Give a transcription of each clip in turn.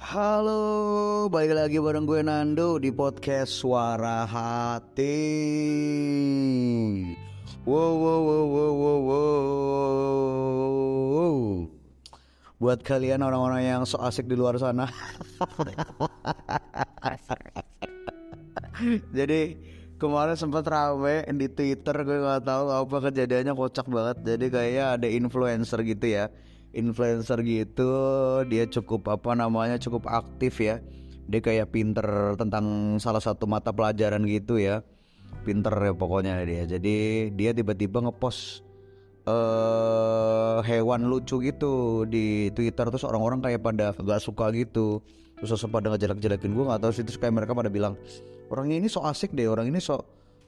Halo, balik lagi bareng gue Nando di podcast Suara Hati. Wow, wow, wow, wow, wow, wow. Buat kalian orang-orang yang so asik di luar sana. Jadi kemarin sempat rame di Twitter, gue nggak tahu apa kejadiannya, kocak banget. Jadi kayak ada influencer gitu ya, influencer gitu, dia cukup cukup aktif ya. Dia kayak pinter tentang salah satu mata pelajaran gitu ya, pinter ya pokoknya dia. Jadi dia tiba-tiba ngepost hewan lucu gitu di Twitter, terus orang-orang kayak pada gak suka gitu, terus pada ngejelek-jelekin. Gue nggak tahu sih, terus kayak mereka pada bilang orangnya ini so asik deh, orang ini so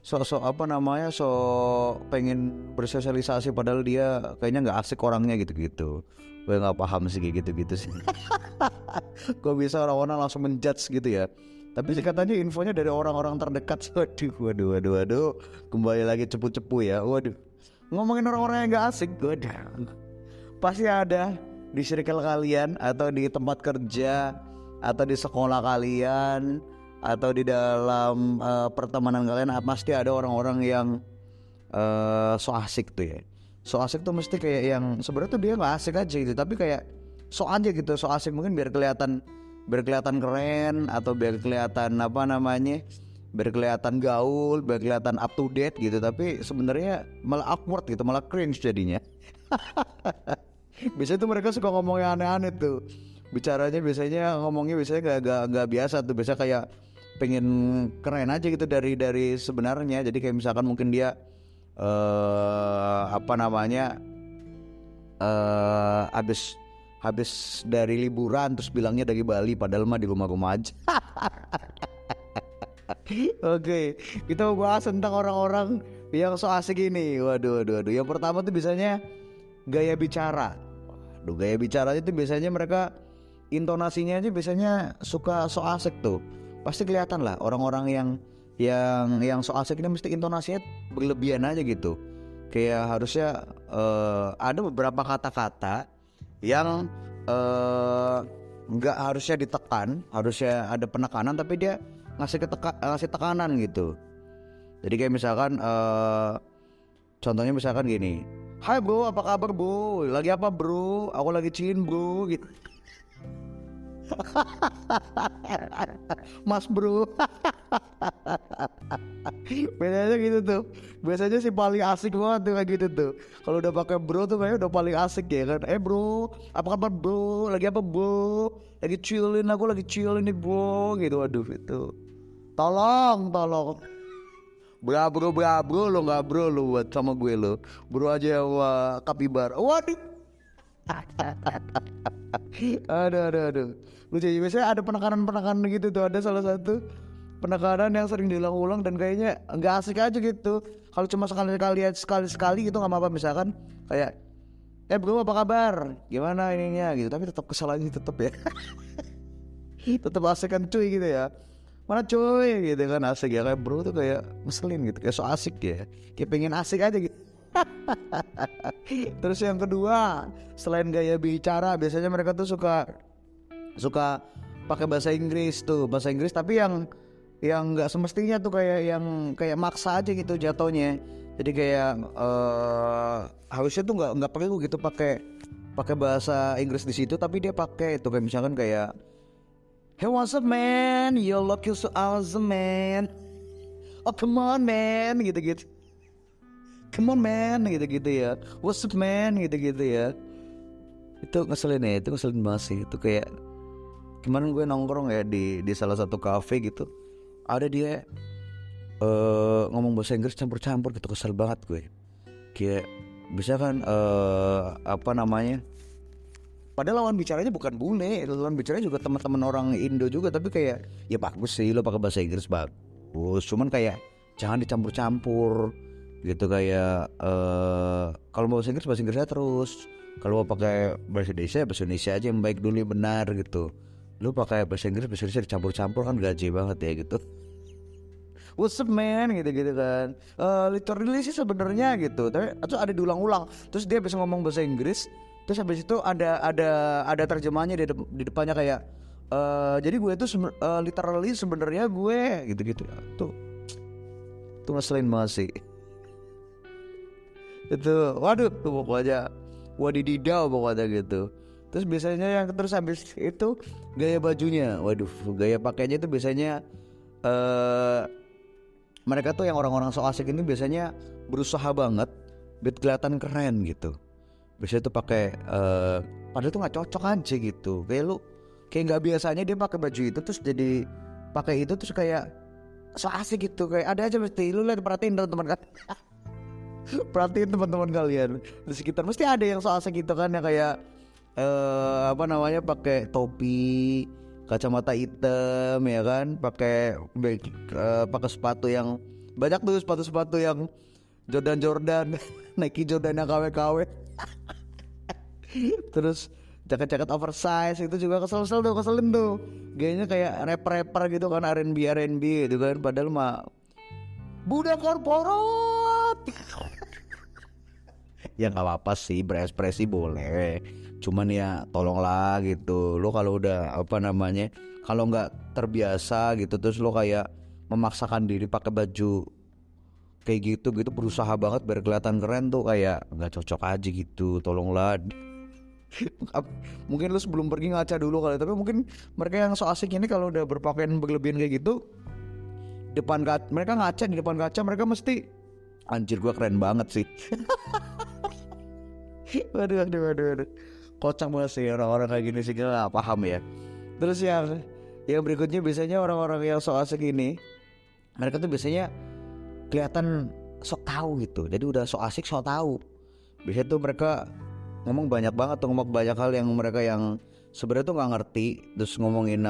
pengen bersosialisasi padahal dia kayaknya nggak asik orangnya gitu-gitu. Gue nggak paham sih kayak gitu-gitu sih. Kok bisa orang-orang langsung menjudge gitu ya. Tapi sih katanya infonya dari orang-orang terdekat. Waduh. Kembali lagi cepu-cepu ya. Waduh. Ngomongin orang-orang yang gak asik, pasti ada di circle kalian, atau di tempat kerja, atau di sekolah kalian, atau di dalam pertemanan kalian. Pasti ada orang-orang yang so asik tuh ya. So asik tuh mesti kayak yang sebenarnya tuh dia gak asik aja gitu, tapi kayak so aja gitu, so asik mungkin biar kelihatan keren, atau biar kelihatan biar kelihatan gaul, biar kelihatan up to date gitu. Tapi sebenarnya malah awkward gitu, malah cringe jadinya. Biasanya tuh mereka suka ngomong yang aneh-aneh tuh. Ngomongnya biasanya gak biasa tuh. Biasa kayak pengen keren aja gitu dari sebenarnya. Jadi kayak misalkan mungkin dia habis dari liburan terus bilangnya dari Bali, padahal mah di rumah aja. Oke, kita mau bahas tentang orang-orang yang so asik ini. Waduh. Yang pertama tuh biasanya gaya bicara. Gaya bicaranya tuh biasanya mereka intonasinya aja biasanya suka so asik tuh. Pasti kelihatan lah orang-orang yang so asik ini mesti intonasinya berlebihan aja gitu. Kayak harusnya ada beberapa kata-kata yang nggak harusnya ditekan, harusnya ada penekanan, tapi dia ngasih tekanan gitu. Jadi kayak misalkan contohnya misalkan gini, hai bro, apa kabar bro, lagi apa bro, aku lagi chillin bro gitu. Mas bro. Biasanya gitu tuh. Biasanya sih paling asik banget tuh kayak gitu tuh. Kalau udah pakai bro tuh kayaknya udah paling asik ya kan. Bro, apa kabar bro? Lagi apa bro? Lagi chillin, aku lagi chillin nih bro gitu. Waduh itu. Tolong. Bra bro lo, nggak bro lo buat sama gue lo. Bro aja wah kapibar. Waduh. Aduh. Lucu aja. Biasanya ada penekanan gitu tuh. Ada salah satu penekanan yang sering diulang-ulang dan kayaknya nggak asik aja gitu. Kalau cuma sekali gitu nggak apa-apa. Misalkan kayak bro apa kabar, gimana ininya gitu. Tapi tetap kesal aja, tetap ya. Tetap asik kan cuy gitu ya. Mana cuy gitu kan, asik ya. Kayak bro tuh kayak ngeselin gitu, kayak so asik ya. Kayak pengen asik aja gitu. Terus yang kedua, selain gaya bicara, biasanya mereka tuh suka pakai bahasa Inggris tuh, bahasa Inggris tapi yang nggak semestinya tuh, kayak maksa aja gitu jatuhnya. Jadi kayak harusnya tuh nggak perlu gitu pakai bahasa Inggris di situ, tapi dia pakai itu kayak misalkan kayak hey what's up man, you look so awesome man, oh come on man gitu. Come on man gitu ya. What's up man gitu ya. Itu ngeselin banget sih. Itu kayak kemarin gue nongkrong ya di salah satu cafe gitu. Ada dia ngomong bahasa Inggris campur-campur gitu, kesel banget gue. Kayak bisa kan padahal lawan bicaranya bukan bule, lawan bicaranya juga teman-teman orang Indo juga, tapi kayak ya bagus sih lo pakai bahasa Inggris bagus. Cuman kayak jangan dicampur-campur gitu, kayak kalau mau bahasa Inggris aja terus. Kalau mau pakai bahasa Indonesia aja yang baik dulu, benar gitu. Lu pakai bahasa Inggris dicampur-campur kan gaji banget ya gitu. What's up man gitu kan. Literally sih sebenarnya gitu, tapi itu ada diulang-ulang. Terus dia bisa ngomong bahasa Inggris, terus habis itu ada terjemahnya di depannya kayak Jadi gue tuh literally sebenarnya gue gitu-gitu ya. Tuh ngeselin banget sih. Itu waduh tuh pokoknya wadididau pokoknya gitu. Terus biasanya yang terus habis itu gaya bajunya. Waduh, gaya pakainya itu biasanya mereka tuh yang orang-orang so asik ini biasanya berusaha banget biar kelihatan keren gitu. Biasanya tuh pakai padahal tuh nggak cocok aja gitu. Kayak nggak biasanya dia pakai baju itu terus jadi pakai itu terus kayak so asik gitu. Kayak ada aja mesti lu lihat perhatiin teman-teman kan. Perhatiin teman-teman kalian di sekitar mesti ada yang so asik gitu kan, yang kayak pakai topi, kacamata hitam ya kan, pakai sepatu yang banyak tuh, sepatu yang Jordan Nike Jordan yang KW terus jaket oversize itu juga keselin tuh gayanya kayak rapper gitu kan, R&B gitu kan, padahal mah budak korporat. Ya nggak apa-apa sih berekspresi boleh, cuman ya tolonglah gitu lo kalau udah kalau nggak terbiasa gitu terus lo kayak memaksakan diri pakai baju kayak gitu berusaha banget biar kelihatan keren tuh kayak nggak cocok aja gitu, tolonglah. Mungkin lu sebelum pergi ngaca dulu kali, tapi mungkin mereka yang so asik ini kalau udah berpakaian berlebihan kayak gitu mereka ngaca di depan kaca, mereka mesti anjir gua keren banget sih. Waduh. Kocak banget sih orang-orang kayak gini sih, kita gak paham ya. Terus yang berikutnya biasanya orang-orang yang so asik ini, mereka tuh biasanya kelihatan sok tahu gitu. Jadi udah so asik sok tahu. Biasanya tuh mereka ngomong banyak hal yang mereka yang sebenarnya tuh nggak ngerti, terus ngomongin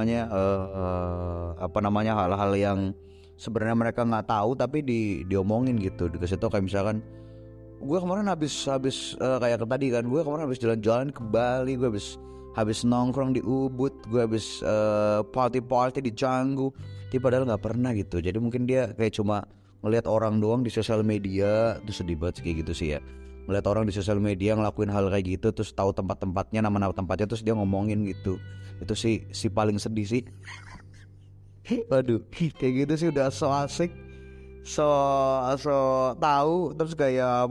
hal-hal yang sebenarnya mereka nggak tahu tapi diomongin gitu. Dikasih tau kayak misalkan gue kemarin habis kayak tadi kan, gue kemarin habis jalan-jalan ke Bali, gue habis nongkrong di Ubud, gue habis party di Canggu. Tapi padahal nggak pernah gitu. Jadi mungkin dia kayak cuma ngelihat orang doang di sosial media. Itu sedih banget kayak gitu sih ya, ngelihat orang di sosial media ngelakuin hal kayak gitu, terus tahu tempat-tempatnya, nama-nama tempatnya, terus dia ngomongin gitu. Itu sih si paling sedih sih. Waduh, kayak gitu sih udah so asik, so tahu, terus kayak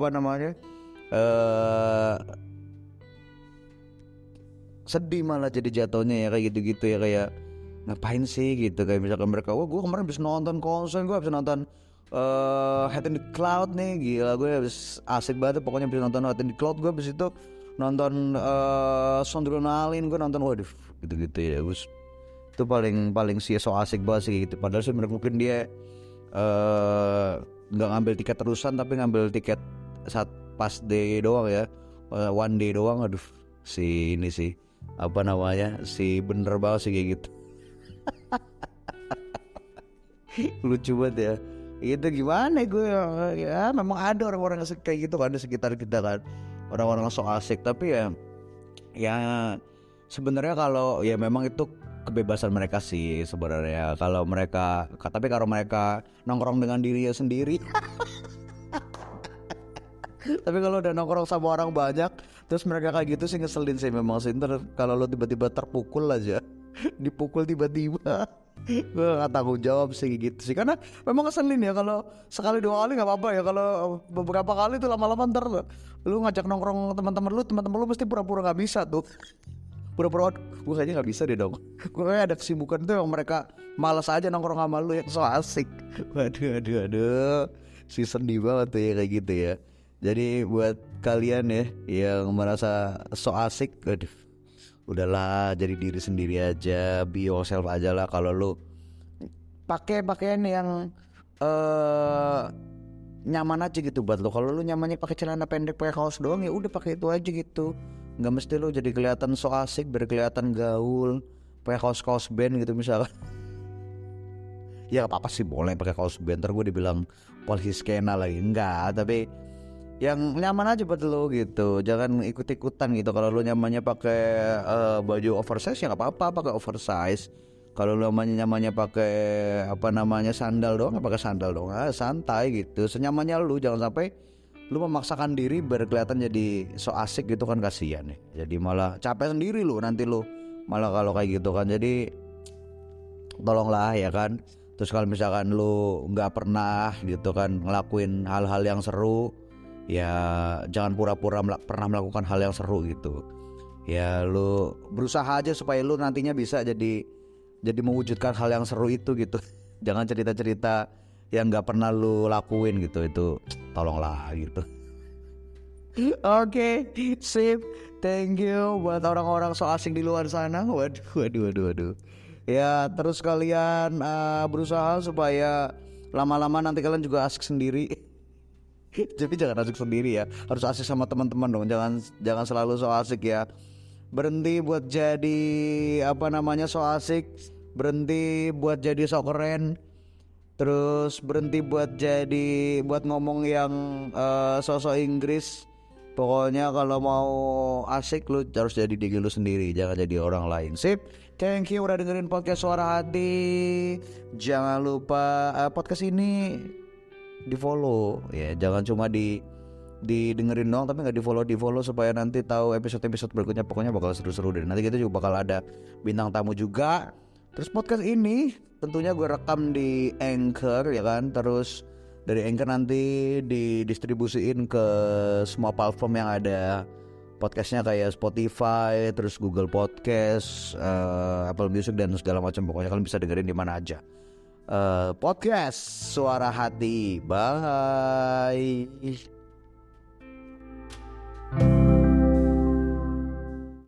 sedih malah jadi jatuhnya ya kayak gitu ya, kayak ngapain sih gitu. Kayak misalkan mereka, wah gue kemarin habis nonton konser, gue habis nonton Head in the Cloud nih, gila gue habis asik banget pokoknya, habis nonton Head in the Cloud, gue habis itu nonton Sondronalin, gue nonton waduh gitu ya. Itu paling sih so asik banget sih gitu. Padahal sih mungkin dia nggak ngambil tiket terusan tapi ngambil tiket saat pas day doang ya, one day doang. Aduh si ini sih si bener banget sih kayak gitu. Lucu banget ya. Itu gimana gue ya, memang ada orang-orang kayak gitu kan di sekitar kita kan, orang-orang so asik. Tapi ya sebenarnya kalau ya memang itu kebebasan mereka sih sebenarnya. Tapi kalau mereka nongkrong dengan dirinya sendiri. Tapi kalau udah nongkrong sama orang banyak terus mereka kayak gitu sih ngeselin sih memang sih. Ntar kalau lo tiba-tiba terpukul aja, dipukul tiba-tiba, gue gak tanggung jawab sih gitu sih. Karena memang ngeselin ya, kalau sekali dua kali gak apa-apa ya, kalau beberapa kali tuh lama-lama ntar lu ngajak nongkrong teman-teman lu pasti pura-pura gak bisa tuh. Pura-pura gue kayaknya gak bisa deh dong. Gue kayak ada kesibukan tuh yang mereka malas aja nongkrong sama lu yang so asik. Waduh si sedih banget tuh ya kayak gitu ya. Jadi buat kalian ya yang merasa so asik, aduh udahlah, jadi diri sendiri aja, be yourself aja lah. Kalau lu pakai pakaian yang nyaman aja gitu buat lu. Kalau lu nyamannya pakai celana pendek, pakai kaos doang, ya udah pakai itu aja gitu. Nggak mesti lu jadi kelihatan so asik, biar kelihatan gaul, pakai kaos band gitu misalkan. Ya gak apa-apa sih, boleh pakai kaos band, ntar gue dibilang polisi skena lagi. Enggak, tapi yang nyaman aja buat lo gitu, jangan ikut-ikutan gitu. Kalau lo nyamannya pakai baju oversize ya nggak apa-apa pakai oversize. Kalau lo nyamannya pakai sandal doang, pakai sandal doang, santai gitu, senyamannya lo. Jangan sampai lo memaksakan diri biar kelihatan jadi so asik gitu kan, kasihan ya. Jadi malah capek sendiri lo nanti lo malah kalau kayak gitu kan. Jadi tolonglah ya kan. Terus kalau misalkan lu nggak pernah gitu kan ngelakuin hal-hal yang seru, ya jangan pura-pura pernah melakukan hal yang seru gitu. Ya lu berusaha aja supaya lu nantinya bisa jadi mewujudkan hal yang seru itu gitu. Jangan cerita-cerita yang nggak pernah lu lakuin gitu, itu tolonglah gitu. Oke, sip. Thank you buat orang-orang so asing di luar sana. Waduh. Ya terus kalian berusaha supaya lama-lama nanti kalian juga asik sendiri. Jadi jangan asik sendiri ya, harus asik sama teman-teman dong. Jangan selalu so asik ya. Berhenti buat jadi so asik. Berhenti buat jadi so keren. Terus berhenti buat ngomong yang so Inggris. Pokoknya kalau mau asik lu harus jadi diri lu sendiri, jangan jadi orang lain. Sip. Thank you udah dengerin podcast Suara Hati. Jangan lupa podcast ini di follow ya, jangan cuma didengerin dong tapi nggak di follow supaya nanti tahu episode berikutnya. Pokoknya bakal seru-seru deh. Nanti kita juga bakal ada bintang tamu juga. Terus podcast ini tentunya gue rekam di Anchor ya kan. Terus dari Anchor nanti didistribusiin ke semua platform yang ada podcastnya kayak Spotify, terus Google Podcast, Apple Music dan segala macam. Pokoknya kalian bisa dengerin di mana aja. Podcast Suara Hati. Bye.